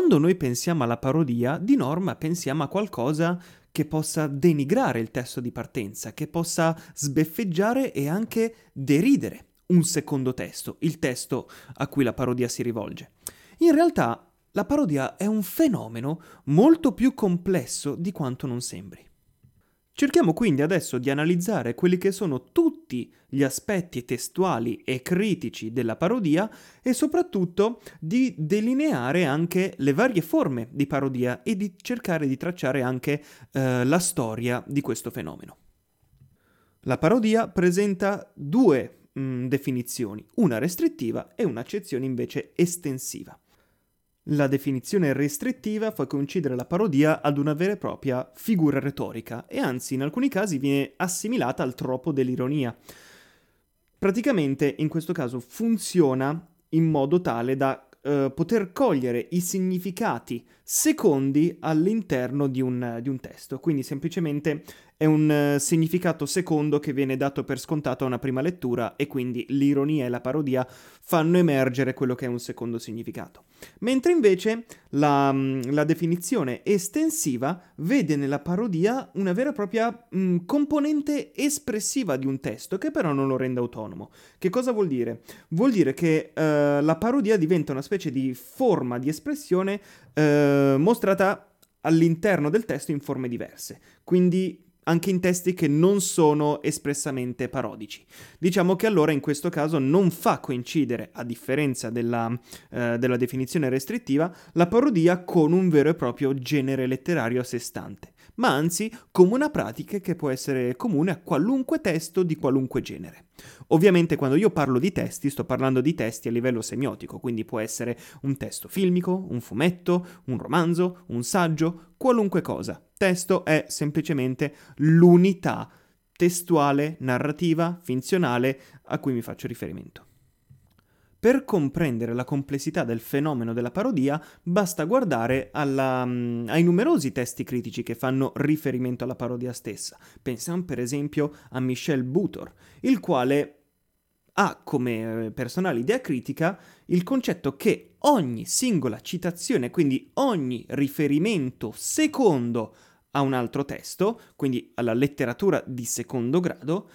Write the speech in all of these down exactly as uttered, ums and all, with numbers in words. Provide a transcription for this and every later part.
quando noi pensiamo alla parodia, di norma pensiamo a qualcosa che possa denigrare il testo di partenza, che possa sbeffeggiare e anche deridere un secondo testo, il testo a cui la parodia si rivolge. In realtà, la parodia è un fenomeno molto più complesso di quanto non sembri. Cerchiamo quindi adesso di analizzare quelli che sono tutti gli aspetti testuali e critici della parodia e soprattutto di delineare anche le varie forme di parodia e di cercare di tracciare anche eh, la storia di questo fenomeno. La parodia presenta due mh, definizioni, una restrittiva e un'accezione invece estensiva. La definizione restrittiva fa coincidere la parodia ad una vera e propria figura retorica e anzi in alcuni casi viene assimilata al troppo dell'ironia. Praticamente in questo caso funziona in modo tale da eh, poter cogliere i significati secondi all'interno di un, di un testo, quindi semplicemente è un uh, significato secondo che viene dato per scontato a una prima lettura e quindi l'ironia e la parodia fanno emergere quello che è un secondo significato. Mentre invece la, la definizione estensiva vede nella parodia una vera e propria mh, componente espressiva di un testo che però non lo rende autonomo. Che cosa vuol dire? Vuol dire che uh, la parodia diventa una specie di forma di espressione uh, mostrata all'interno del testo in forme diverse. Quindi anche in testi che non sono espressamente parodici. Diciamo che allora in questo caso non fa coincidere, a differenza della, eh, della definizione restrittiva, la parodia con un vero e proprio genere letterario a sé stante, ma anzi come una pratica che può essere comune a qualunque testo di qualunque genere. Ovviamente quando io parlo di testi sto parlando di testi a livello semiotico, quindi può essere un testo filmico, un fumetto, un romanzo, un saggio, qualunque cosa. Testo è semplicemente l'unità testuale, narrativa, finzionale a cui mi faccio riferimento. Per comprendere la complessità del fenomeno della parodia, basta guardare alla, um, ai numerosi testi critici che fanno riferimento alla parodia stessa. Pensiamo per esempio a Michel Butor, il quale ha come personale idea critica il concetto che ogni singola citazione, quindi ogni riferimento secondo a un altro testo, quindi alla letteratura di secondo grado,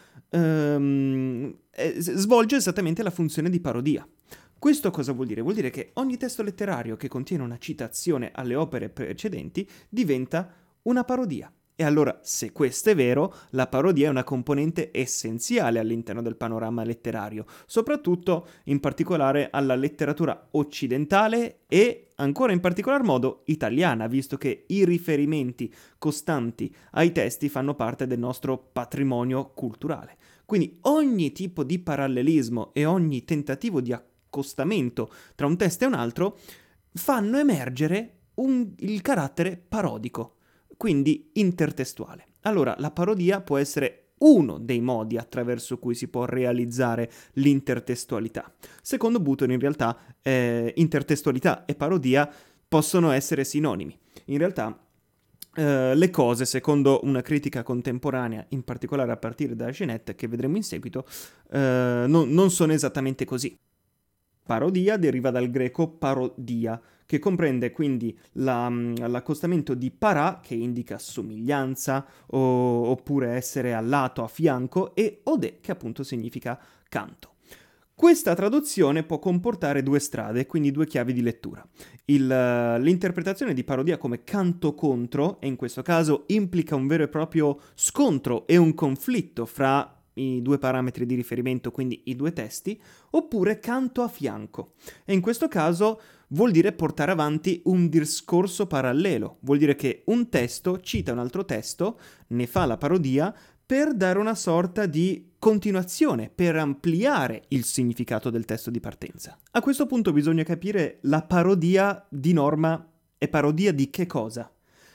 ehm, eh, svolge esattamente la funzione di parodia. Questo cosa vuol dire? Vuol dire che ogni testo letterario che contiene una citazione alle opere precedenti diventa una parodia. E allora, se questo è vero, la parodia è una componente essenziale all'interno del panorama letterario, soprattutto in particolare alla letteratura occidentale e ancora in particolar modo italiana, visto che i riferimenti costanti ai testi fanno parte del nostro patrimonio culturale. Quindi ogni tipo di parallelismo e ogni tentativo di accostamento tra un testo e un altro fanno emergere un, il carattere parodico, quindi intertestuale. Allora, la parodia può essere uno dei modi attraverso cui si può realizzare l'intertestualità. Secondo Butor, in realtà, eh, intertestualità e parodia possono essere sinonimi. In realtà, eh, le cose, secondo una critica contemporanea, in particolare a partire da Genet, che vedremo in seguito, eh, no, non sono esattamente così. Parodia deriva dal greco parodia, che comprende quindi la, l'accostamento di para, che indica somiglianza, o, oppure essere a lato, a fianco, e ode, che appunto significa canto. Questa traduzione può comportare due strade, quindi due chiavi di lettura. Il, l'interpretazione di parodia come canto contro, e in questo caso implica un vero e proprio scontro e un conflitto fra i due parametri di riferimento, quindi i due testi, oppure canto a fianco. E in questo caso vuol dire portare avanti un discorso parallelo, vuol dire che un testo cita un altro testo, ne fa la parodia, per dare una sorta di continuazione, per ampliare il significato del testo di partenza. A questo punto bisogna capire la parodia di norma è parodia di che cosa?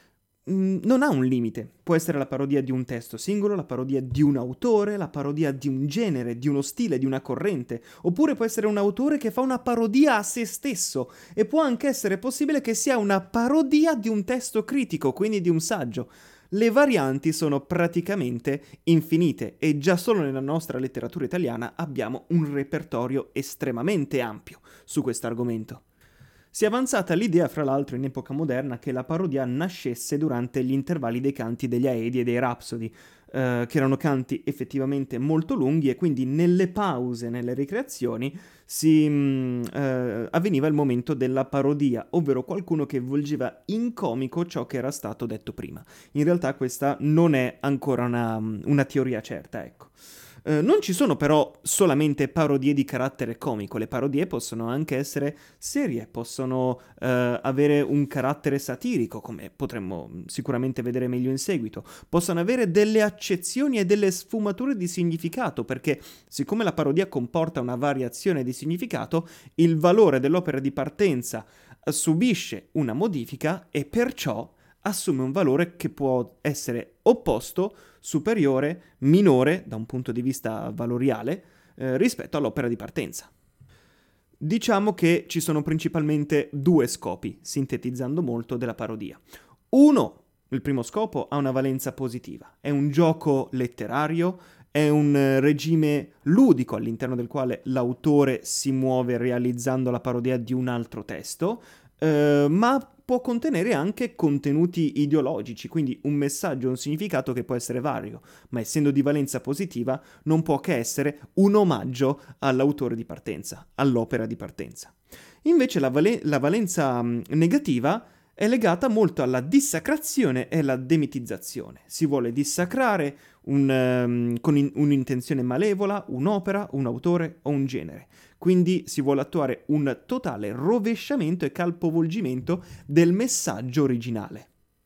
Non ha un limite, può essere la parodia di un testo singolo, la parodia di un autore, la parodia di un genere, di uno stile, di una corrente, oppure può essere un autore che fa una parodia a se stesso e può anche essere possibile che sia una parodia di un testo critico, quindi di un saggio. Le varianti sono praticamente infinite e già solo nella nostra letteratura italiana abbiamo un repertorio estremamente ampio su questo argomento. Si è avanzata l'idea, fra l'altro, in epoca moderna, che la parodia nascesse durante gli intervalli dei canti degli Aedi e dei Rapsodi, eh, che erano canti effettivamente molto lunghi, e quindi nelle pause, nelle ricreazioni, si mh, eh, avveniva il momento della parodia, ovvero qualcuno che volgeva in comico ciò che era stato detto prima. In realtà questa non è ancora una, una teoria certa, ecco. Eh, non ci sono però solamente parodie di carattere comico, le parodie possono anche essere serie, possono eh, avere un carattere satirico, come potremmo sicuramente vedere meglio in seguito, possono avere delle accezioni e delle sfumature di significato, perché siccome la parodia comporta una variazione di significato, il valore dell'opera di partenza subisce una modifica e perciò assume un valore che può essere opposto, superiore, minore da un punto di vista valoriale eh, rispetto all'opera di partenza. Diciamo che ci sono principalmente due scopi, sintetizzando molto, della parodia. Uno, il primo scopo, ha una valenza positiva, è un gioco letterario, è un regime ludico all'interno del quale l'autore si muove realizzando la parodia di un altro testo, eh, ma può contenere anche contenuti ideologici, quindi un messaggio, un significato che può essere vario, ma essendo di valenza positiva non può che essere un omaggio all'autore di partenza, all'opera di partenza. Invece la, vale- la valenza mh, negativa è legata molto alla dissacrazione e alla demitizzazione. Si vuole dissacrare un, um, con in- un'intenzione malevola un'opera, un autore o un genere. Quindi si vuole attuare un totale rovesciamento e capovolgimento del messaggio originale.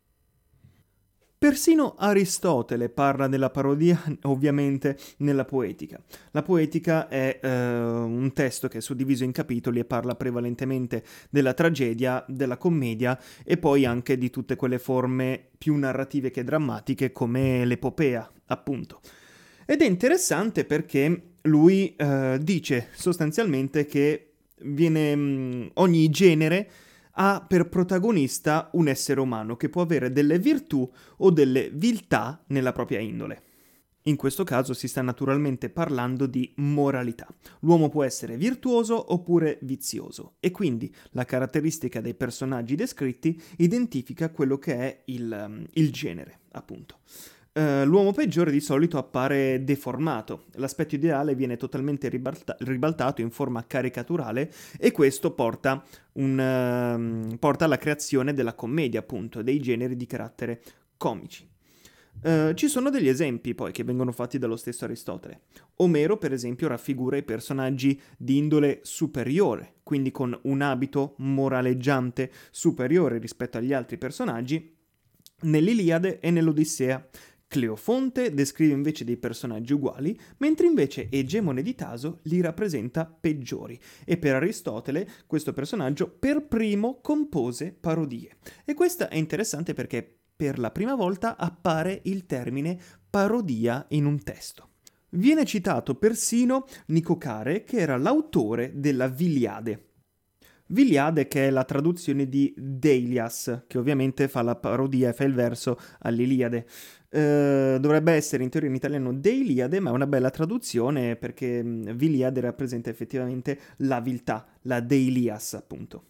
Persino Aristotele parla della parodia, ovviamente, nella Poetica. La Poetica è eh, un testo che è suddiviso in capitoli e parla prevalentemente della tragedia, della commedia e poi anche di tutte quelle forme più narrative che drammatiche come l'epopea, appunto. Ed è interessante perché lui eh, dice sostanzialmente che viene mh, ogni genere ha per protagonista un essere umano che può avere delle virtù o delle viltà nella propria indole. In questo caso si sta naturalmente parlando di moralità. L'uomo può essere virtuoso oppure vizioso e quindi la caratteristica dei personaggi descritti identifica quello che è il, il genere, appunto. Uh, l'uomo peggiore di solito appare deformato, l'aspetto ideale viene totalmente ribalta- ribaltato in forma caricaturale e questo porta, un, uh, porta alla creazione della commedia, appunto, dei generi di carattere comici. Uh, ci sono degli esempi poi che vengono fatti dallo stesso Aristotele. Omero, per esempio, raffigura i personaggi di indole superiore, quindi con un abito moraleggiante superiore rispetto agli altri personaggi, nell'Iliade e nell'Odissea. Cleofonte descrive invece dei personaggi uguali, mentre invece Egemone di Taso li rappresenta peggiori. E per Aristotele questo personaggio per primo compose parodie. E questo è interessante perché per la prima volta appare il termine parodia in un testo. Viene citato persino Nicocare, che era l'autore della Viliade. Viliade, che è la traduzione di Deilias, che ovviamente fa la parodia e fa il verso all'Iliade. Uh, dovrebbe essere in teoria in italiano Deiliade, ma è una bella traduzione perché mh, Viliade rappresenta effettivamente la viltà, la Deilias, appunto.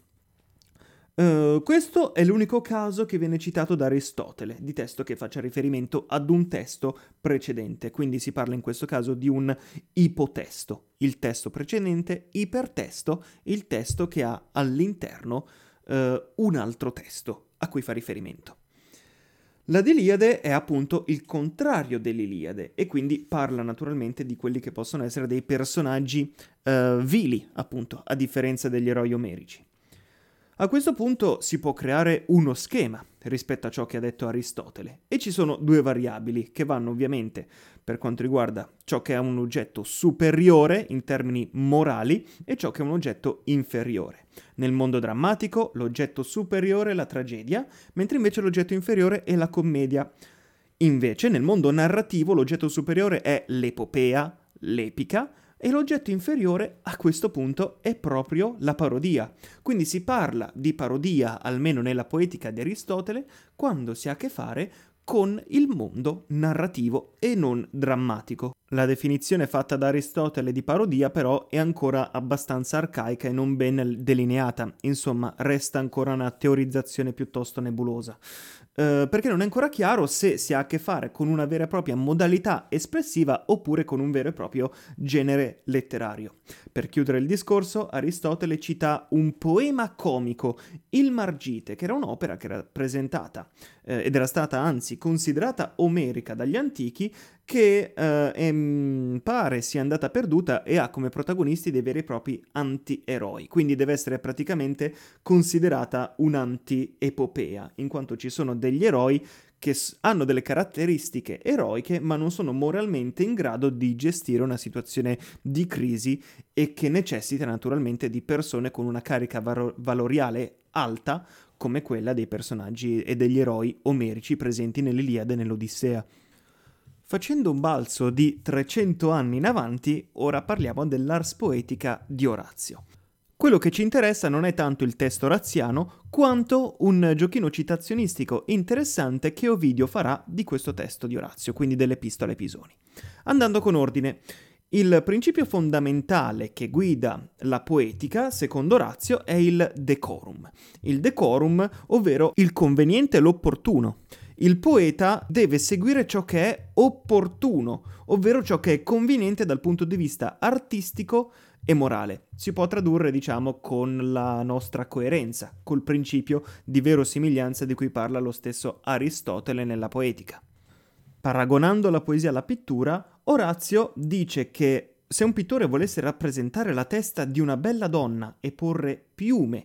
Uh, questo è l'unico caso che viene citato da Aristotele, di testo che faccia riferimento ad un testo precedente, quindi si parla in questo caso di un ipotesto, il testo precedente, ipertesto, il testo che ha all'interno uh, un altro testo a cui fa riferimento. La Deliade è appunto il contrario dell'Iliade e quindi parla naturalmente di quelli che possono essere dei personaggi uh, vili, appunto, a differenza degli eroi omerici. A questo punto si può creare uno schema rispetto a ciò che ha detto Aristotele e ci sono due variabili che vanno ovviamente per quanto riguarda ciò che è un oggetto superiore in termini morali e ciò che è un oggetto inferiore. Nel mondo drammatico l'oggetto superiore è la tragedia, mentre invece l'oggetto inferiore è la commedia. Invece nel mondo narrativo l'oggetto superiore è l'epopea, l'epica, e l'oggetto inferiore a questo punto è proprio la parodia. Quindi si parla di parodia, almeno nella poetica di Aristotele, quando si ha a che fare con il mondo narrativo e non drammatico. La definizione fatta da Aristotele di parodia però è ancora abbastanza arcaica e non ben delineata, insomma resta ancora una teorizzazione piuttosto nebulosa. Uh, perché non è ancora chiaro se si ha a che fare con una vera e propria modalità espressiva oppure con un vero e proprio genere letterario. Per chiudere il discorso, Aristotele cita un poema comico, il Margite, che era un'opera che era presentata eh, ed era stata anzi considerata omerica dagli antichi, che eh, è, pare sia andata perduta e ha come protagonisti dei veri e propri anti-eroi, quindi deve essere praticamente considerata un'anti-epopea, in quanto ci sono degli eroi che hanno delle caratteristiche eroiche ma non sono moralmente in grado di gestire una situazione di crisi e che necessita naturalmente di persone con una carica varo- valoriale alta come quella dei personaggi e degli eroi omerici presenti nell'Iliade e nell'Odissea. Facendo un balzo di trecento anni in avanti, ora parliamo dell'Ars Poetica di Orazio. Quello che ci interessa non è tanto il testo oraziano, quanto un giochino citazionistico interessante che Ovidio farà di questo testo di Orazio, quindi delle epistole ai Pisoni. Andando con ordine, il principio fondamentale che guida la poetica, secondo Orazio, è il decorum. Il decorum, ovvero il conveniente e l'opportuno. Il poeta deve seguire ciò che è opportuno, ovvero ciò che è conveniente dal punto di vista artistico e morale. Si può tradurre, diciamo, con la nostra coerenza, col principio di verosimiglianza di cui parla lo stesso Aristotele nella Poetica. Paragonando la poesia alla pittura, Orazio dice che se un pittore volesse rappresentare la testa di una bella donna e porre piume,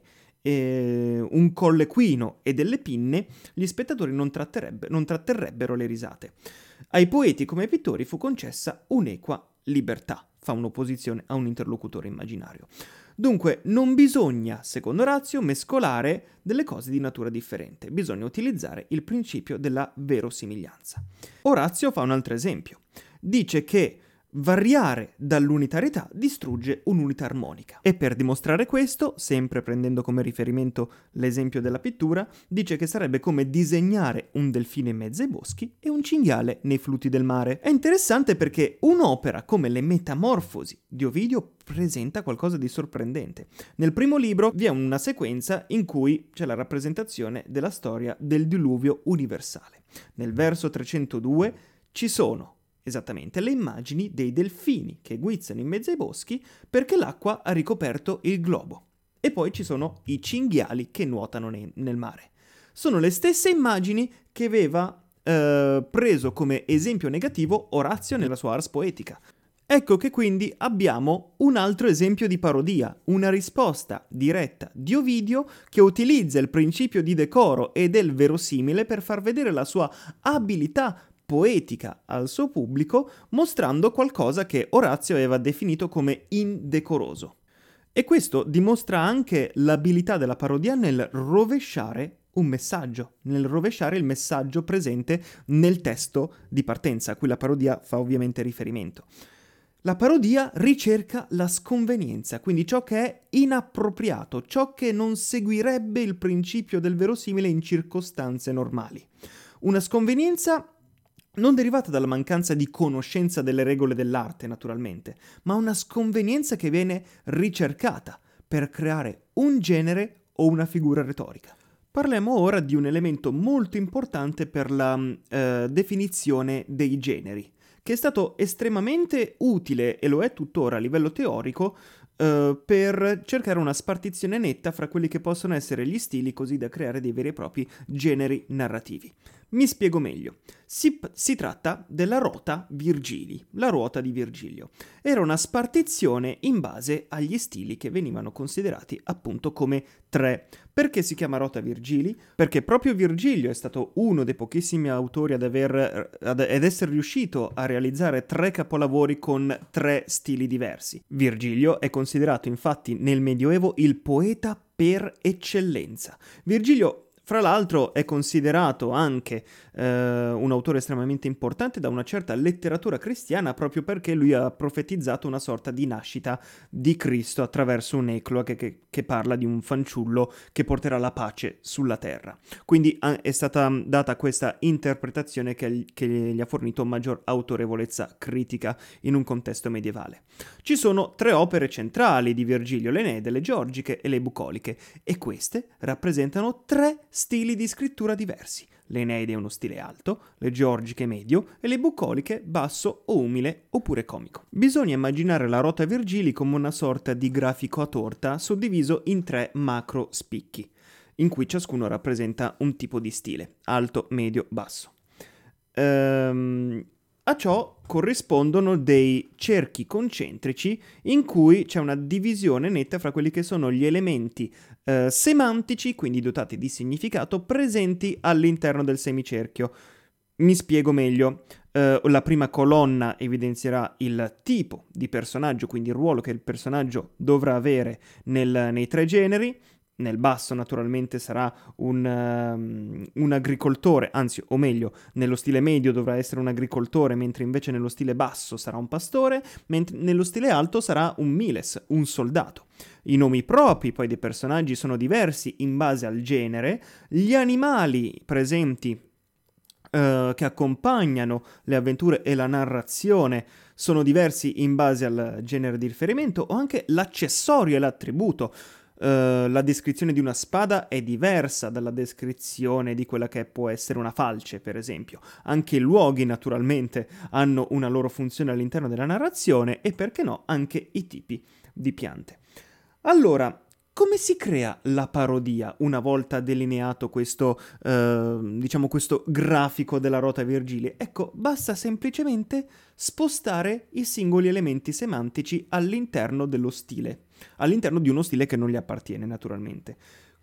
eh, un collo equino e delle pinne, gli spettatori non, tratterebbe, non tratterrebbero le risate. Ai poeti come ai pittori fu concessa un'equa libertà, fa un'opposizione a un interlocutore immaginario. Dunque non bisogna, secondo Orazio, mescolare delle cose di natura differente, bisogna utilizzare il principio della verosimiglianza. Orazio fa un altro esempio, dice che variare dall'unitarietà distrugge un'unità armonica. E per dimostrare questo, sempre prendendo come riferimento l'esempio della pittura, dice che sarebbe come disegnare un delfino in mezzo ai boschi e un cinghiale nei flutti del mare. È interessante perché un'opera come le Metamorfosi di Ovidio presenta qualcosa di sorprendente. Nel primo libro vi è una sequenza in cui c'è la rappresentazione della storia del diluvio universale. Nel verso trecentodue ci sono esattamente le immagini dei delfini che guizzano in mezzo ai boschi perché l'acqua ha ricoperto il globo. E poi ci sono i cinghiali che nuotano ne- nel mare. Sono le stesse immagini che aveva eh, preso come esempio negativo Orazio nella sua Ars Poetica. Ecco che quindi abbiamo un altro esempio di parodia, una risposta diretta di Ovidio che utilizza il principio di decoro e del verosimile per far vedere la sua abilità poetica al suo pubblico, mostrando qualcosa che Orazio aveva definito come indecoroso. E questo dimostra anche l'abilità della parodia nel rovesciare un messaggio, nel rovesciare il messaggio presente nel testo di partenza, a cui la parodia fa ovviamente riferimento. La parodia ricerca la sconvenienza, quindi ciò che è inappropriato, ciò che non seguirebbe il principio del verosimile in circostanze normali. Una sconvenienza non derivata dalla mancanza di conoscenza delle regole dell'arte, naturalmente, ma una sconvenienza che viene ricercata per creare un genere o una figura retorica. Parliamo ora di un elemento molto importante per la eh, definizione dei generi, che è stato estremamente utile, e lo è tuttora a livello teorico, Uh, per cercare una spartizione netta fra quelli che possono essere gli stili, così da creare dei veri e propri generi narrativi. Mi spiego meglio. Si, si tratta della rota Virgili, la ruota di Virgilio. Era una spartizione in base agli stili che venivano considerati appunto come tre. Perché si chiama rota Virgili? Perché proprio Virgilio è stato uno dei pochissimi autori ad aver ad, ad essere riuscito a realizzare tre capolavori con tre stili diversi. Virgilio è considerato infatti nel Medioevo il poeta per eccellenza. Virgilio Fra l'altro è considerato anche eh, un autore estremamente importante da una certa letteratura cristiana proprio perché lui ha profetizzato una sorta di nascita di Cristo attraverso un'ecloa che, che, che parla di un fanciullo che porterà la pace sulla terra. Quindi a, è stata data questa interpretazione che, che gli ha fornito maggior autorevolezza critica in un contesto medievale. Ci sono tre opere centrali di Virgilio, l'Eneide, le Georgiche e le Bucoliche, e queste rappresentano tre stili di scrittura diversi. L'Eneide è uno stile alto, le Georgiche medio e le Bucoliche basso o umile oppure comico. Bisogna immaginare la Rota Virgili come una sorta di grafico a torta suddiviso in tre macro spicchi, in cui ciascuno rappresenta un tipo di stile, alto, medio, basso. Ehm... A ciò corrispondono dei cerchi concentrici in cui c'è una divisione netta fra quelli che sono gli elementi eh, semantici, quindi dotati di significato, presenti all'interno del semicerchio. Mi spiego meglio. Uh, la prima colonna evidenzierà il tipo di personaggio, quindi il ruolo che il personaggio dovrà avere nel, nei tre generi. Nel basso naturalmente sarà un, um, un agricoltore, anzi o meglio nello stile medio dovrà essere un agricoltore, mentre invece nello stile basso sarà un pastore, mentre nello stile alto sarà un miles, un soldato. I nomi propri poi dei personaggi sono diversi in base al genere, gli animali presenti uh, che accompagnano le avventure e la narrazione sono diversi in base al genere di riferimento, o anche l'accessorio e l'attributo. Uh, la descrizione di una spada è diversa dalla descrizione di quella che può essere una falce, per esempio. Anche i luoghi, naturalmente, hanno una loro funzione all'interno della narrazione e, perché no, anche i tipi di piante. Allora, come si crea la parodia una volta delineato questo, uh, diciamo, questo grafico della Rota Virgili? Ecco, basta semplicemente spostare i singoli elementi semantici all'interno dello stile, all'interno di uno stile che non gli appartiene, naturalmente.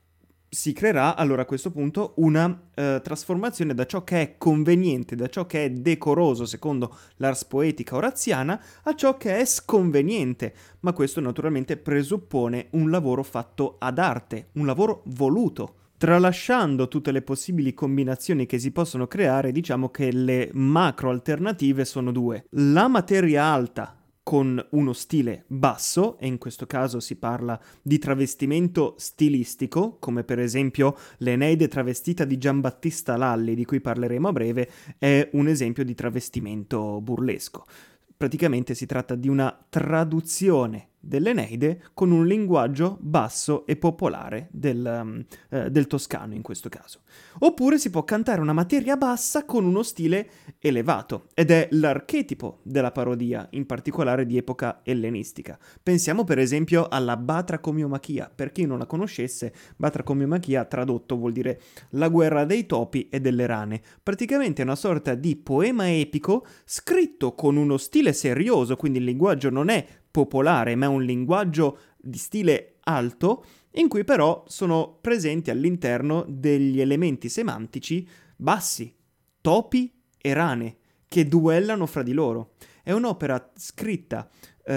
Si creerà allora a questo punto una uh, trasformazione da ciò che è conveniente, da ciò che è decoroso secondo l'ars poetica oraziana, a ciò che è sconveniente, ma questo naturalmente presuppone un lavoro fatto ad arte, un lavoro voluto. Tralasciando tutte le possibili combinazioni che si possono creare, diciamo che le macro alternative sono due. La materia alta con uno stile basso, e in questo caso si parla di travestimento stilistico, come per esempio l'Eneide travestita di Giambattista Lalli, di cui parleremo a breve, è un esempio di travestimento burlesco. Praticamente si tratta di una traduzione dell'Eneide con un linguaggio basso e popolare del, um, eh, del toscano in questo caso. Oppure si può cantare una materia bassa con uno stile elevato, ed è l'archetipo della parodia, in particolare di epoca ellenistica. Pensiamo per esempio alla batracomiomachia. Per chi non la conoscesse, batracomiomachia tradotto vuol dire la guerra dei topi e delle rane. Praticamente è una sorta di poema epico scritto con uno stile serioso, quindi il linguaggio non è popolare, ma è un linguaggio di stile alto, in cui però sono presenti all'interno degli elementi semantici bassi, topi e rane, che duellano fra di loro. È un'opera scritta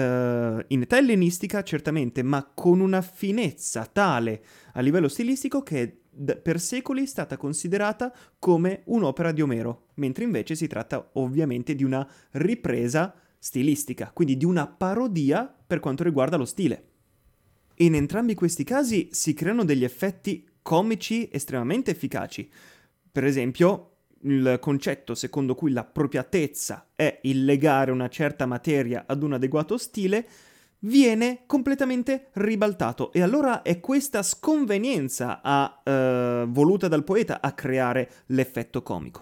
eh, in età ellenistica, certamente, ma con una finezza tale a livello stilistico che per secoli è stata considerata come un'opera di Omero, mentre invece si tratta ovviamente di una ripresa stilistica, quindi di una parodia per quanto riguarda lo stile. In entrambi questi casi si creano degli effetti comici estremamente efficaci. Per esempio, il concetto secondo cui l'appropriatezza è il legare una certa materia ad un adeguato stile viene completamente ribaltato, e allora è questa sconvenienza a, eh, voluta dal poeta a creare l'effetto comico.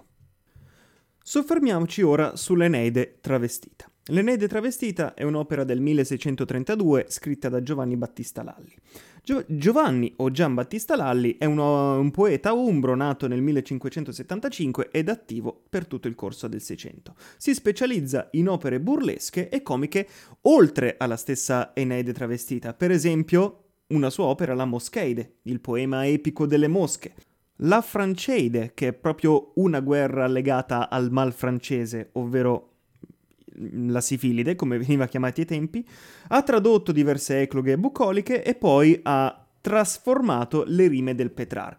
Soffermiamoci ora sull'Eneide travestita. L'Eneide travestita è un'opera del milleseicentotrentadue scritta da Giovanni Battista Lalli. Gio- Giovanni o Gian Battista Lalli è uno, un poeta umbro nato nel millecinquecentosettantacinque ed attivo per tutto il corso del Seicento. Si specializza in opere burlesche e comiche oltre alla stessa Eneide travestita. Per esempio, una sua opera, La Moscheide, il poema epico delle mosche. La Franceide, che è proprio una guerra legata al mal francese, ovvero la sifilide, come veniva chiamati ai tempi, ha tradotto diverse ecloghe e bucoliche e poi ha trasformato le rime del Petrarca.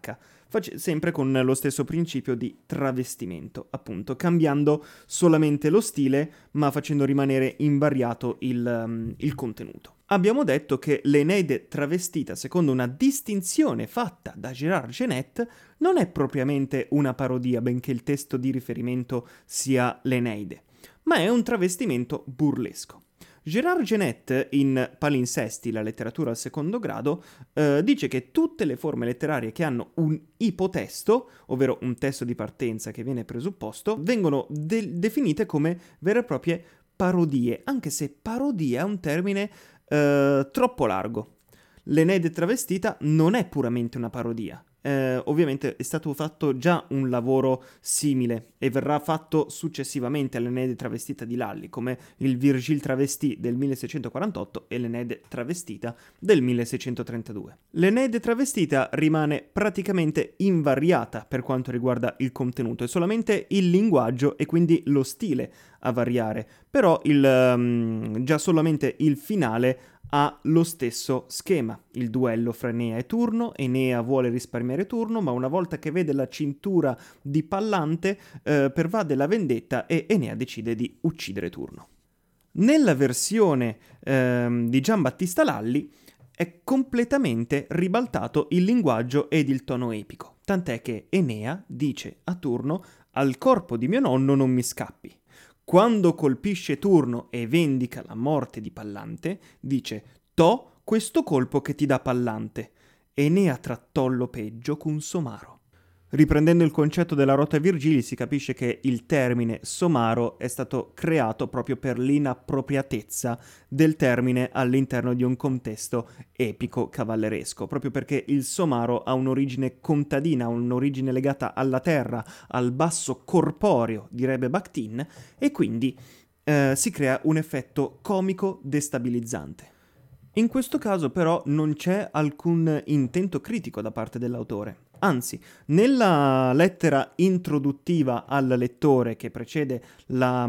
face- sempre con lo stesso principio di travestimento, appunto, cambiando solamente lo stile, ma facendo rimanere invariato il, um, il contenuto. Abbiamo detto che l'Eneide travestita, secondo una distinzione fatta da Gérard Genette, non è propriamente una parodia, benché il testo di riferimento sia l'Eneide, ma è un travestimento burlesco. Gérard Genette, in Palinsesti, la letteratura al secondo grado, eh, dice che tutte le forme letterarie che hanno un ipotesto, ovvero un testo di partenza che viene presupposto, vengono de- definite come vere e proprie parodie, anche se parodia è un termine eh, troppo largo. L'Eneide travestita non è puramente una parodia. Eh, ovviamente è stato fatto già un lavoro simile e verrà fatto successivamente all'Eneide travestita di Lully, come il Virgile travestì del milleseicentoquarantotto e l'Eneide travestita del milleseicentotrentadue. L'Eneide travestita rimane praticamente invariata per quanto riguarda il contenuto, è solamente il linguaggio e quindi lo stile a variare, però il, um, già solamente il finale ha lo stesso schema, il duello fra Enea e Turno. Enea vuole risparmiare Turno, ma una volta che vede la cintura di Pallante eh, pervade la vendetta e Enea decide di uccidere Turno. Nella versione ehm, di Giambattista Lalli è completamente ribaltato il linguaggio ed il tono epico, tant'è che Enea dice a Turno: «Al corpo di mio nonno non mi scappi». Quando colpisce Turno e vendica la morte di Pallante, dice: «To questo colpo che ti dà Pallante». Enea trattò lo peggio con somaro. Riprendendo il concetto della rota Virgili, si capisce che il termine somaro è stato creato proprio per l'inappropriatezza del termine all'interno di un contesto epico cavalleresco, proprio perché il somaro ha un'origine contadina, un'origine legata alla terra, al basso corporeo, direbbe Bakhtin, e quindi eh, si crea un effetto comico destabilizzante. In questo caso però non c'è alcun intento critico da parte dell'autore. Anzi, nella lettera introduttiva al lettore che precede la,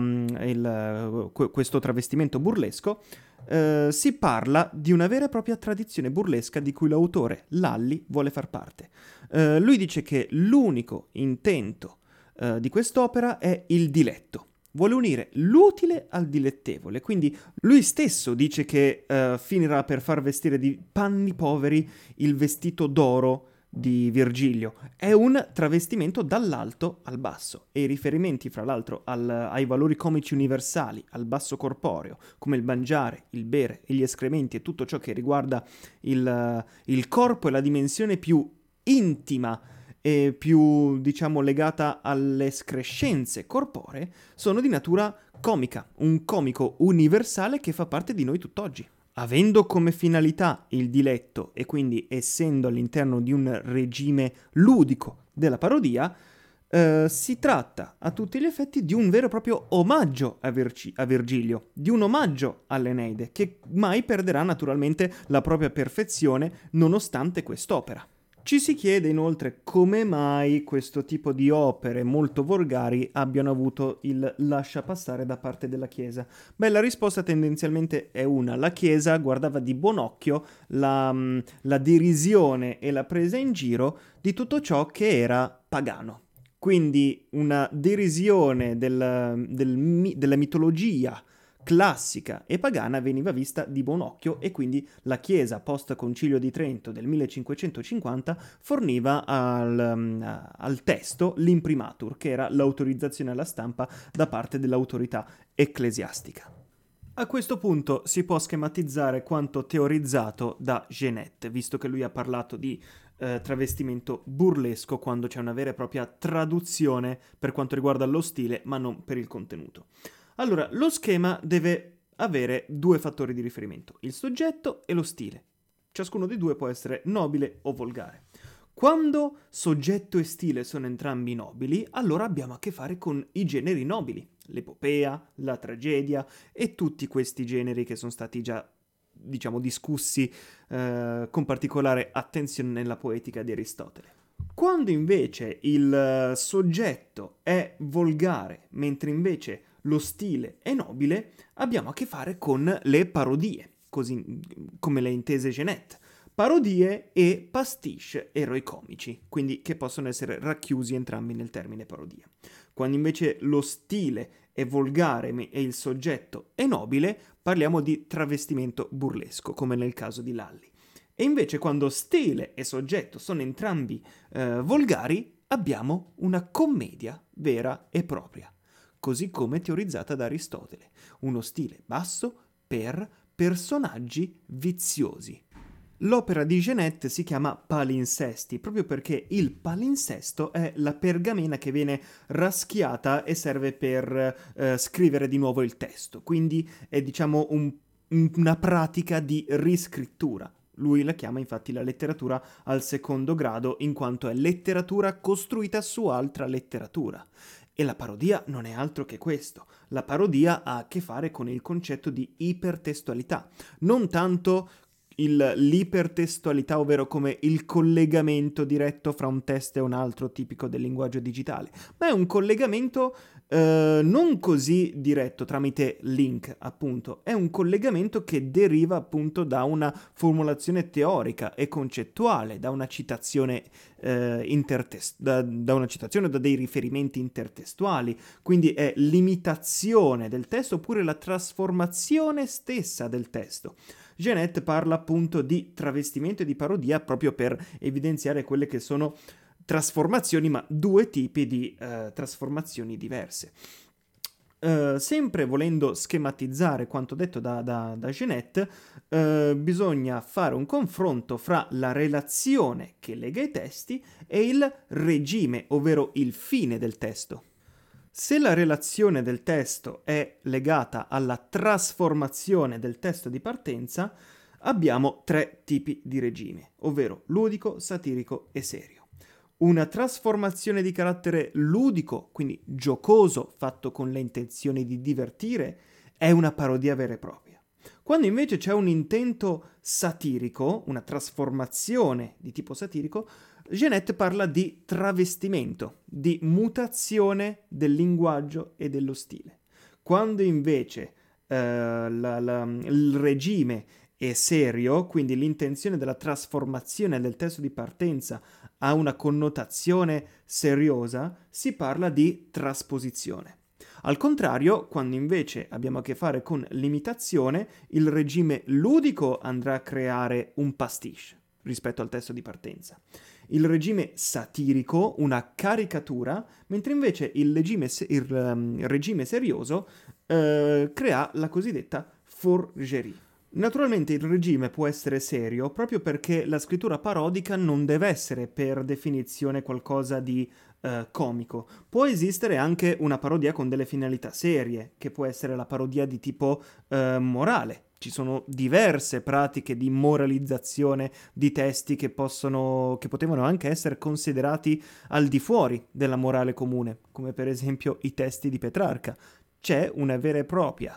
il, questo travestimento burlesco, eh, si parla di una vera e propria tradizione burlesca di cui l'autore, Lalli, vuole far parte. Eh, lui dice che l'unico intento eh, di quest'opera è il diletto. Vuole unire l'utile al dilettevole, quindi lui stesso dice che uh, finirà per far vestire di panni poveri il vestito d'oro di Virgilio. È un travestimento dall'alto al basso e i riferimenti, fra l'altro, al, ai valori comici universali, al basso corporeo, come il mangiare, il bere e gli escrementi e tutto ciò che riguarda il, uh, il corpo e la dimensione più intima e più, diciamo, legata alle escrescenze corporee, sono di natura comica, un comico universale che fa parte di noi tutt'oggi. Avendo come finalità il diletto e quindi essendo all'interno di un regime ludico della parodia, eh, si tratta a tutti gli effetti di un vero e proprio omaggio a, Virci- a Virgilio, di un omaggio all'Eneide, che mai perderà naturalmente la propria perfezione nonostante quest'opera. Ci si chiede inoltre come mai questo tipo di opere molto volgari abbiano avuto il lasciapassare da parte della Chiesa. Beh, la risposta tendenzialmente è una: la Chiesa guardava di buon occhio la, la derisione e la presa in giro di tutto ciò che era pagano. Quindi una derisione del, del, della mitologia classica e pagana veniva vista di buon occhio e quindi la Chiesa post Concilio di Trento del millecinquecentocinquanta forniva al, um, al testo l'imprimatur, che era l'autorizzazione alla stampa da parte dell'autorità ecclesiastica. A questo punto si può schematizzare quanto teorizzato da Genette, visto che lui ha parlato di eh, travestimento burlesco quando c'è una vera e propria traduzione per quanto riguarda lo stile, ma non per il contenuto. Allora, lo schema deve avere due fattori di riferimento, il soggetto e lo stile. Ciascuno dei due può essere nobile o volgare. Quando soggetto e stile sono entrambi nobili, allora abbiamo a che fare con i generi nobili, l'epopea, la tragedia e tutti questi generi che sono stati già, diciamo, discussi eh, con particolare attenzione nella poetica di Aristotele. Quando invece il soggetto è volgare, mentre invece lo stile è nobile, abbiamo a che fare con le parodie, così come le intese Genette. parodie e pastiche eroicomici, quindi che possono essere racchiusi entrambi nel termine parodia. Quando invece lo stile è volgare e il soggetto è nobile, parliamo di travestimento burlesco, come nel caso di Lalli. E invece quando stile e soggetto sono entrambi eh, volgari, abbiamo una commedia vera e propria, così come teorizzata da Aristotele, uno stile basso per personaggi viziosi. L'opera di Genet si chiama Palinsesti, proprio perché il palinsesto è la pergamena che viene raschiata e serve per eh, scrivere di nuovo il testo, quindi è diciamo un, una pratica di riscrittura. Lui la chiama infatti la letteratura al secondo grado, in quanto è letteratura costruita su altra letteratura. E la parodia non è altro che questo. La parodia ha a che fare con il concetto di ipertestualità, non tanto il, l'ipertestualità, ovvero come il collegamento diretto fra un testo e un altro tipico del linguaggio digitale, ma è un collegamento eh, non così diretto tramite link, appunto, è un collegamento che deriva appunto da una formulazione teorica e concettuale, da una citazione eh, intertest- da, da una citazione, da dei riferimenti intertestuali, quindi è l'imitazione del testo oppure la trasformazione stessa del testo. Genet parla appunto di travestimento e di parodia proprio per evidenziare quelle che sono trasformazioni, ma due tipi di uh, trasformazioni diverse. Uh, sempre volendo schematizzare quanto detto da, da, da Genet, uh, bisogna fare un confronto fra la relazione che lega i testi e il regime, ovvero il fine del testo. Se la relazione del testo è legata alla trasformazione del testo di partenza, abbiamo tre tipi di regime, ovvero ludico, satirico e serio. Una trasformazione di carattere ludico, quindi giocoso, fatto con le intenzioni di divertire, è una parodia vera e propria. Quando invece c'è un intento satirico, una trasformazione di tipo satirico, Genet parla di travestimento, di mutazione del linguaggio e dello stile. Quando invece eh, la, la, il regime è serio, quindi l'intenzione della trasformazione del testo di partenza ha una connotazione seriosa, si parla di trasposizione. Al contrario, quando invece abbiamo a che fare con l'imitazione, il regime ludico andrà a creare un pastiche rispetto al testo di partenza. Il regime satirico, una caricatura, mentre invece il regime, se- il, um, il regime serioso eh, crea la cosiddetta forgerie. Naturalmente il regime può essere serio proprio perché la scrittura parodica non deve essere per definizione qualcosa di eh, comico. Può esistere anche una parodia con delle finalità serie, che può essere la parodia di tipo eh, morale. Ci sono diverse pratiche di moralizzazione di testi che possono, che potevano anche essere considerati al di fuori della morale comune, come per esempio i testi di Petrarca. C'è una vera e propria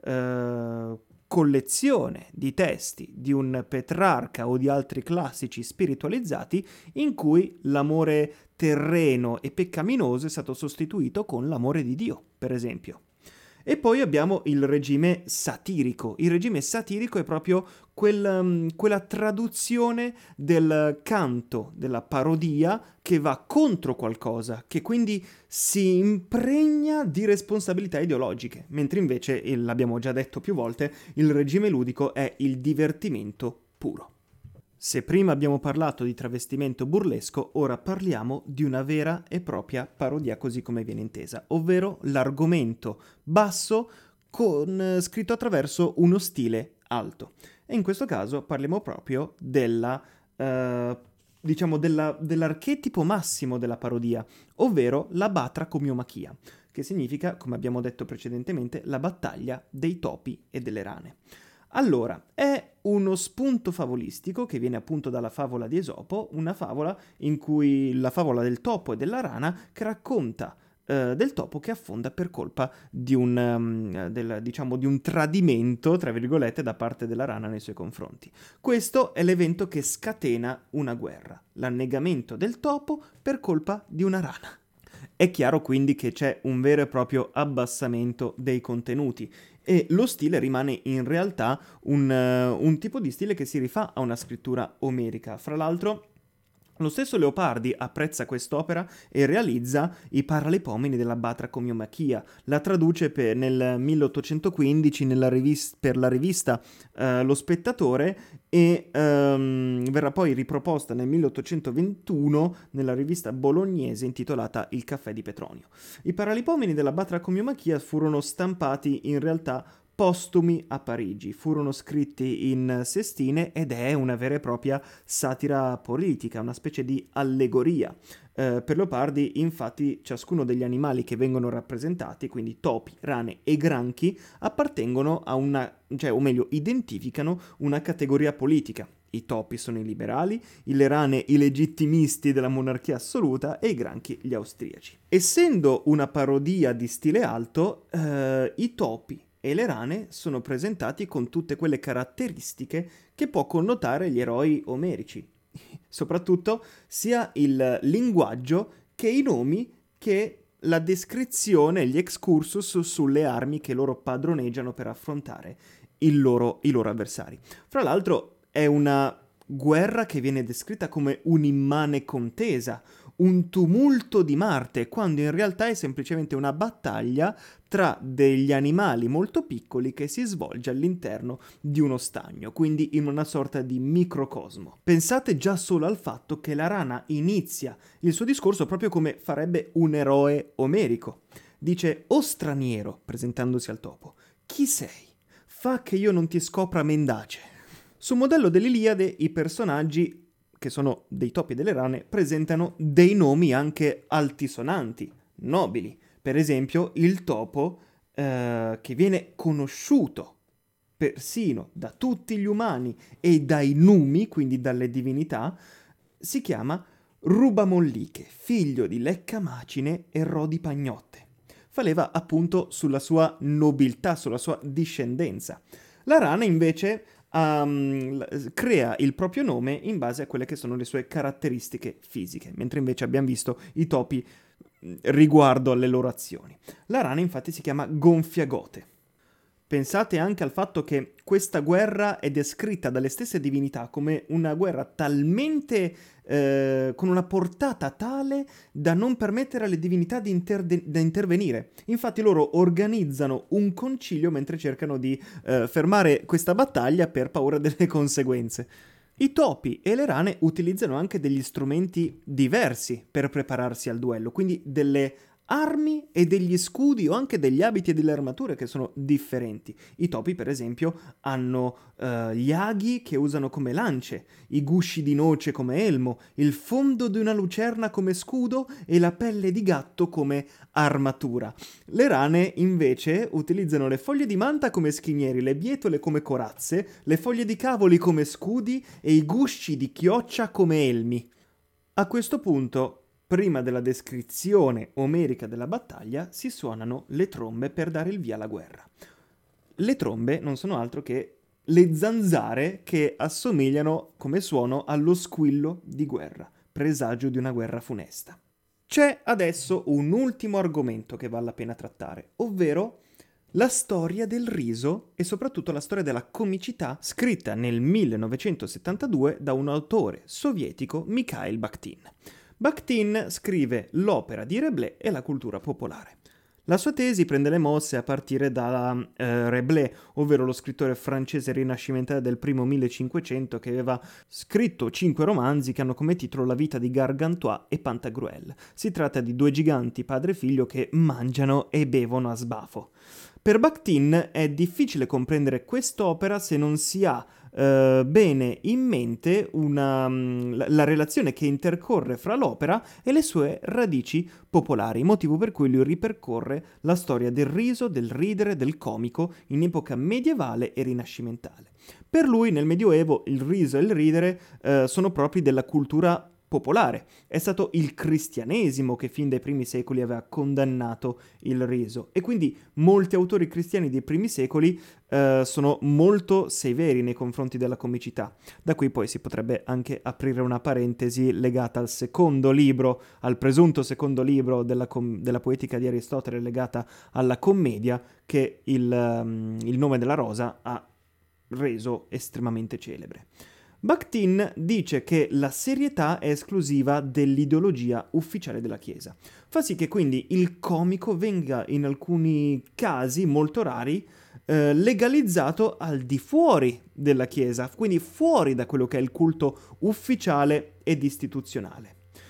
eh, collezione di testi di un Petrarca o di altri classici spiritualizzati in cui l'amore terreno e peccaminoso è stato sostituito con l'amore di Dio, per esempio. E poi abbiamo il regime satirico. Il regime satirico è proprio quel, um, quella traduzione del canto, della parodia che va contro qualcosa, che quindi si impregna di responsabilità ideologiche, mentre invece, e l'abbiamo già detto più volte, il regime ludico è il divertimento puro. Se prima abbiamo parlato di travestimento burlesco, ora parliamo di una vera e propria parodia così come viene intesa, ovvero l'argomento basso con, scritto attraverso uno stile alto. E in questo caso parliamo proprio della, eh, diciamo della, dell'archetipo massimo della parodia, ovvero la batracomiomachia, che significa, come abbiamo detto precedentemente, la battaglia dei topi e delle rane. Allora, è uno spunto favolistico che viene appunto dalla favola di Esopo, una favola in cui la favola del topo e della rana che racconta eh, del topo che affonda per colpa di un, um, del, diciamo, di un tradimento, tra virgolette, da parte della rana nei suoi confronti. Questo è l'evento che scatena una guerra, l'annegamento del topo per colpa di una rana. È chiaro quindi che c'è un vero e proprio abbassamento dei contenuti e lo stile rimane in realtà un, uh, un tipo di stile che si rifà a una scrittura omerica. Fra l'altro, lo stesso Leopardi apprezza quest'opera e realizza i Paralipomeni della Batracomiomachia. La traduce per, nel milleottocentoquindici nella rivis- per la rivista uh, Lo Spettatore e um, verrà poi riproposta nel milleottocentoventuno nella rivista bolognese intitolata Il caffè di Petronio. I Paralipomeni della Batracomiomachia furono stampati in realtà postumi a Parigi, furono scritti in sestine ed è una vera e propria satira politica, una specie di allegoria. Eh, per Leopardi, infatti, ciascuno degli animali che vengono rappresentati, quindi topi, rane e granchi, appartengono a una, cioè, o meglio, identificano una categoria politica. I topi sono i liberali, le rane i legittimisti della monarchia assoluta e i granchi gli austriaci. Essendo una parodia di stile alto, eh, i topi e le rane sono presentati con tutte quelle caratteristiche che può connotare gli eroi omerici. Soprattutto sia il linguaggio che i nomi che la descrizione, gli excursus sulle armi che loro padroneggiano per affrontare il loro, i loro avversari. Fra l'altro è una guerra che viene descritta come un'immane contesa, un tumulto di Marte, quando in realtà è semplicemente una battaglia tra degli animali molto piccoli che si svolge all'interno di uno stagno, quindi in una sorta di microcosmo. Pensate già solo al fatto che la rana inizia il suo discorso proprio come farebbe un eroe omerico. Dice: «O straniero», presentandosi al topo, «chi sei? Fa che io non ti scopra mendace». Sul modello dell'Iliade i personaggi, che sono dei topi e delle rane, presentano dei nomi anche altisonanti, nobili. Per esempio, il topo, eh, che viene conosciuto persino da tutti gli umani e dai numi, quindi dalle divinità, si chiama Rubamolliche, figlio di Leccamacine e Rodi Pagnotte. Fa leva appunto sulla sua nobiltà, sulla sua discendenza. La rana invece Um, crea il proprio nome in base a quelle che sono le sue caratteristiche fisiche, mentre invece abbiamo visto i topi riguardo alle loro azioni. La rana infatti si chiama Gonfiagote. Pensate anche al fatto che questa guerra è descritta dalle stesse divinità come una guerra talmente eh, con una portata tale da non permettere alle divinità di, interde- di intervenire. Infatti loro organizzano un concilio mentre cercano di eh, fermare questa battaglia per paura delle conseguenze. I topi e le rane utilizzano anche degli strumenti diversi per prepararsi al duello, quindi delle armi e degli scudi o anche degli abiti e delle armature che sono differenti. I topi, per esempio, hanno uh, gli aghi che usano come lance, i gusci di noce come elmo, il fondo di una lucerna come scudo e la pelle di gatto come armatura. Le rane, invece, utilizzano le foglie di manta come schinieri, le bietole come corazze, le foglie di cavoli come scudi e i gusci di chioccia come elmi. A questo punto, prima della descrizione omerica della battaglia, si suonano le trombe per dare il via alla guerra. Le trombe non sono altro che le zanzare che assomigliano come suono allo squillo di guerra, presagio di una guerra funesta. C'è adesso un ultimo argomento che vale la pena trattare, ovvero la storia del riso e soprattutto la storia della comicità scritta nel millenovecentosettantadue da un autore sovietico, Mikhail Bakhtin. Bakhtin scrive l'opera di Rabelais e la cultura popolare. La sua tesi prende le mosse a partire da eh, Rabelais, ovvero lo scrittore francese rinascimentale del primo millecinquecento che aveva scritto cinque romanzi che hanno come titolo La vita di Gargantua e Pantagruel. Si tratta di due giganti padre e figlio che mangiano e bevono a sbafo. Per Bakhtin è difficile comprendere quest'opera se non si ha Uh, bene in mente una, la, la relazione che intercorre fra l'opera e le sue radici popolari, motivo per cui lui ripercorre la storia del riso, del ridere, del comico in epoca medievale e rinascimentale. Per lui nel Medioevo il riso e il ridere uh, sono propri della cultura popolare. È stato il cristianesimo che fin dai primi secoli aveva condannato il riso e quindi molti autori cristiani dei primi secoli eh, sono molto severi nei confronti della comicità. Da qui poi si potrebbe anche aprire una parentesi legata al secondo libro, al presunto secondo libro della, com- della poetica di Aristotele legata alla commedia che il, um, il Nome della Rosa ha reso estremamente celebre. Bakhtin dice che la serietà è esclusiva dell'ideologia ufficiale della Chiesa. Fa sì che quindi il comico venga in alcuni casi molto rari eh, legalizzato al di fuori della Chiesa, quindi fuori da quello che è il culto ufficiale ed istituzionale.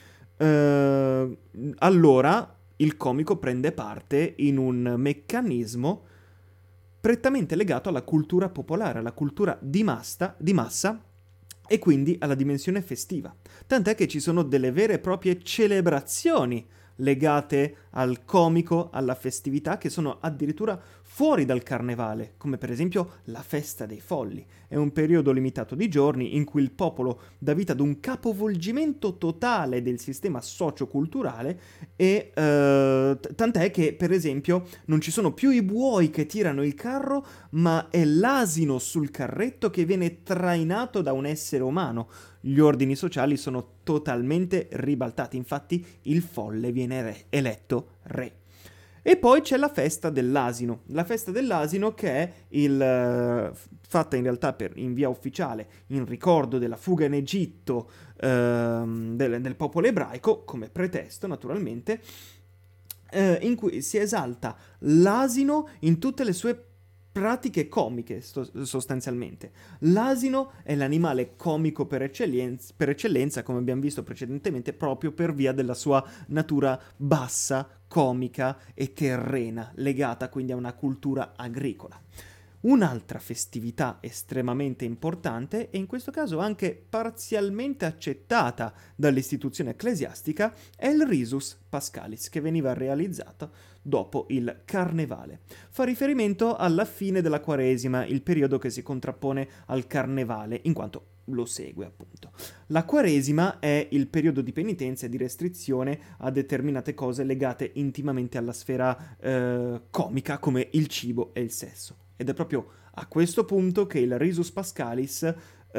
Eh, allora il comico prende parte in un meccanismo prettamente legato alla cultura popolare, alla cultura di massa, di massa e quindi alla dimensione festiva. Tant'è che ci sono delle vere e proprie celebrazioni legate al comico, alla festività, che sono addirittura fuori dal carnevale, come per esempio la festa dei folli. È un periodo limitato di giorni in cui il popolo dà vita ad un capovolgimento totale del sistema socioculturale e eh, tant'è che, per esempio, non ci sono più i buoi che tirano il carro, ma è l'asino sul carretto che viene trainato da un essere umano. Gli ordini sociali sono totalmente ribaltati, infatti il folle viene re, eletto re. E poi c'è la festa dell'asino, la festa dell'asino che è il, fatta in realtà per, in via ufficiale in ricordo della fuga in Egitto ehm, del, del popolo ebraico, come pretesto naturalmente, eh, in cui si esalta l'asino in tutte le sue pratiche comiche sto- sostanzialmente. L'asino è l'animale comico per eccellenza, per eccellenza, come abbiamo visto precedentemente, proprio per via della sua natura bassa, comica e terrena, legata quindi a una cultura agricola. Un'altra festività estremamente importante e in questo caso anche parzialmente accettata dall'istituzione ecclesiastica è il Risus Pascalis, che veniva realizzato dopo il Carnevale. Fa riferimento alla fine della Quaresima, il periodo che si contrappone al Carnevale, in quanto lo segue appunto. La Quaresima è il periodo di penitenza e di restrizione a determinate cose legate intimamente alla sfera eh, comica, come il cibo e il sesso. Ed è proprio a questo punto che il Risus Pascalis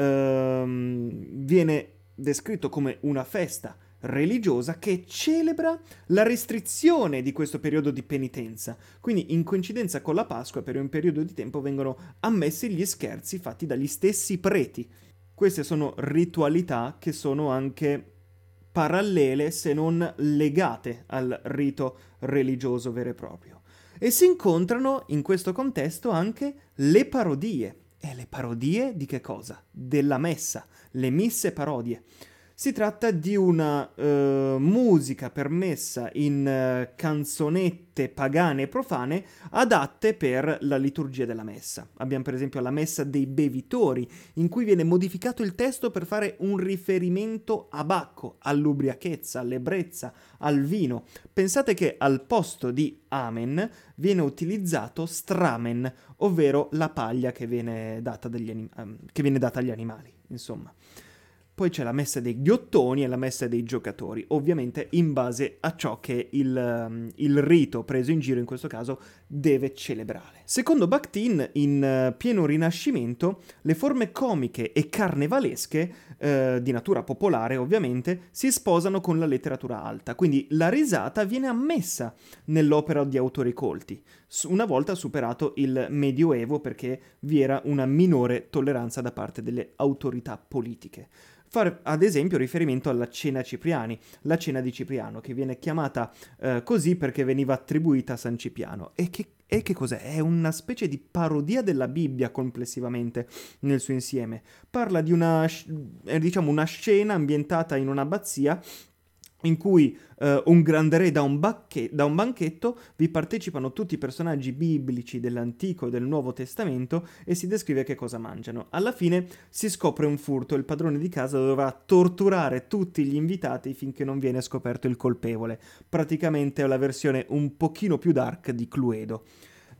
ehm, viene descritto come una festa religiosa che celebra la restrizione di questo periodo di penitenza. Quindi in coincidenza con la Pasqua per un periodo di tempo vengono ammessi gli scherzi fatti dagli stessi preti. Queste sono ritualità che sono anche parallele se non legate al rito religioso vero e proprio. E si incontrano in questo contesto anche le parodie. E le parodie di che cosa? Della messa, le misse parodie. Si tratta di una uh, musica per messa in uh, canzonette pagane e profane adatte per la liturgia della messa. Abbiamo per esempio la messa dei bevitori, in cui viene modificato il testo per fare un riferimento a Bacco, all'ubriachezza, all'ebbrezza, al vino. Pensate che al posto di amen viene utilizzato stramen, ovvero la paglia che viene data, dagli anim- um, che viene data agli animali, insomma. Poi c'è la messa dei ghiottoni e la messa dei giocatori, ovviamente in base a ciò che il, um, il rito preso in giro in questo caso deve celebrare. Secondo Bakhtin, in uh, pieno rinascimento, le forme comiche e carnevalesche, uh, di natura popolare ovviamente, si sposano con la letteratura alta, quindi la risata viene ammessa nell'opera di autori colti, una volta superato il Medioevo perché vi era una minore tolleranza da parte delle autorità politiche. Fare ad esempio riferimento alla cena Cipriani, la cena di Cipriano, che viene chiamata eh, così perché veniva attribuita a San Cipriano. E che, e che cos'è? È una specie di parodia della Bibbia complessivamente nel suo insieme. Parla di una, eh, diciamo, una scena ambientata in un'abbazia in cui uh, un grande re da un, bacche- da un banchetto, vi partecipano tutti i personaggi biblici dell'Antico e del Nuovo Testamento e si descrive che cosa mangiano. Alla fine si scopre un furto e il padrone di casa dovrà torturare tutti gli invitati finché non viene scoperto il colpevole. Praticamente è la versione un pochino più dark di Cluedo.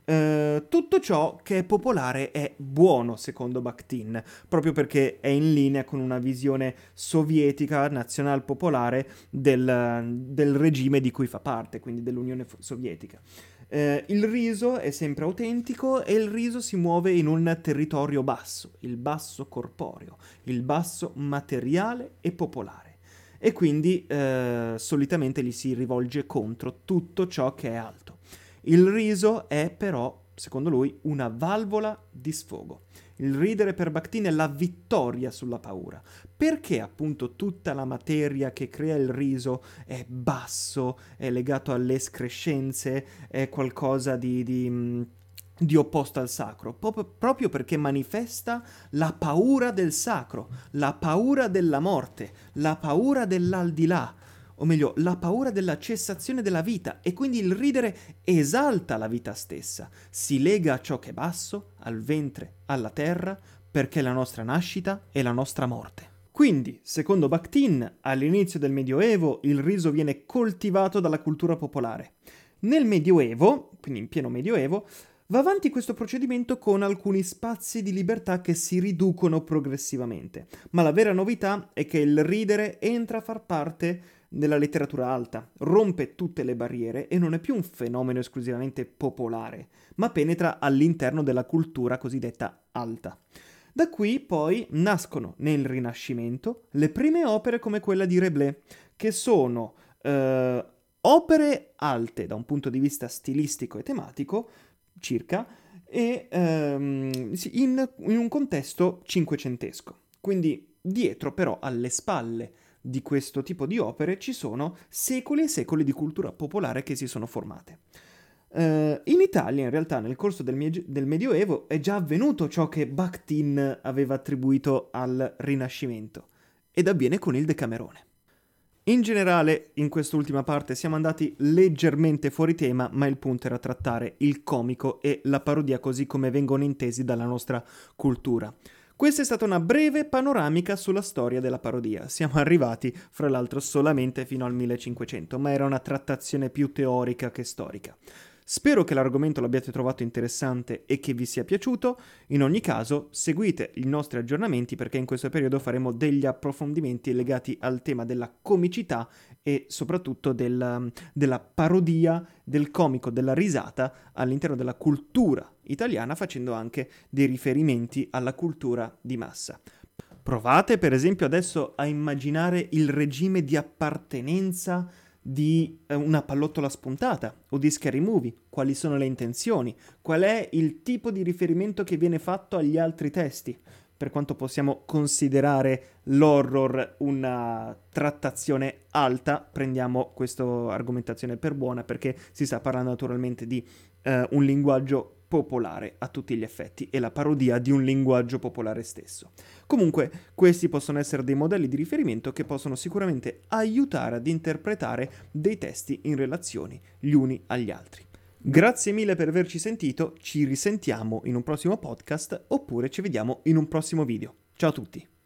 Uh, tutto ciò che è popolare è buono, secondo Bakhtin, proprio perché è in linea con una visione sovietica, nazional-popolare del, del regime di cui fa parte, quindi dell'Unione Sovietica. Uh, il riso è sempre autentico e il riso si muove in un territorio basso, il basso corporeo, il basso materiale e popolare. E quindi uh, solitamente gli si rivolge contro tutto ciò che è alto. Il riso è però, secondo lui, una valvola di sfogo. Il ridere per Bakhtin è la vittoria sulla paura. Perché appunto tutta la materia che crea il riso è basso, è legato alle escrescenze, è qualcosa di, di, di opposto al sacro? Pop- proprio perché manifesta la paura del sacro, la paura della morte, la paura dell'aldilà. O meglio, la paura della cessazione della vita, e quindi il ridere esalta la vita stessa, si lega a ciò che è basso, al ventre, alla terra, perché è la nostra nascita e la nostra morte. Quindi, secondo Bakhtin, all'inizio del Medioevo il riso viene coltivato dalla cultura popolare. Nel Medioevo, quindi in pieno Medioevo, va avanti questo procedimento con alcuni spazi di libertà che si riducono progressivamente, ma la vera novità è che il ridere entra a far parte della letteratura alta, rompe tutte le barriere e non è più un fenomeno esclusivamente popolare, ma penetra all'interno della cultura cosiddetta alta. Da qui poi nascono nel Rinascimento le prime opere come quella di Rabelais, che sono eh, opere alte da un punto di vista stilistico e tematico, circa, e ehm, in, in un contesto cinquecentesco. Quindi dietro però, alle spalle di questo tipo di opere, ci sono secoli e secoli di cultura popolare che si sono formate. Uh, in Italia, in realtà, nel corso del, mie- del Medioevo è già avvenuto ciò che Bakhtin aveva attribuito al Rinascimento, ed avviene con il Decamerone. In generale, in quest'ultima parte siamo andati leggermente fuori tema, ma il punto era trattare il comico e la parodia così come vengono intesi dalla nostra cultura. Questa è stata una breve panoramica sulla storia della parodia. Siamo arrivati, fra l'altro, solamente fino al millecinquecento, ma era una trattazione più teorica che storica. Spero che l'argomento l'abbiate trovato interessante e che vi sia piaciuto. In ogni caso, seguite i nostri aggiornamenti perché in questo periodo faremo degli approfondimenti legati al tema della comicità e soprattutto del, della parodia, del comico, della risata all'interno della cultura italiana, facendo anche dei riferimenti alla cultura di massa. Provate per esempio adesso a immaginare il regime di appartenenza di una pallottola spuntata o di Scary Movie, quali sono le intenzioni, qual è il tipo di riferimento che viene fatto agli altri testi, per quanto possiamo considerare l'horror una trattazione alta, prendiamo questa argomentazione per buona perché si sta parlando naturalmente di eh, un linguaggio popolare a tutti gli effetti e la parodia di un linguaggio popolare stesso. Comunque, questi possono essere dei modelli di riferimento che possono sicuramente aiutare ad interpretare dei testi in relazione gli uni agli altri. Grazie mille per averci sentito, ci risentiamo in un prossimo podcast oppure ci vediamo in un prossimo video. Ciao a tutti!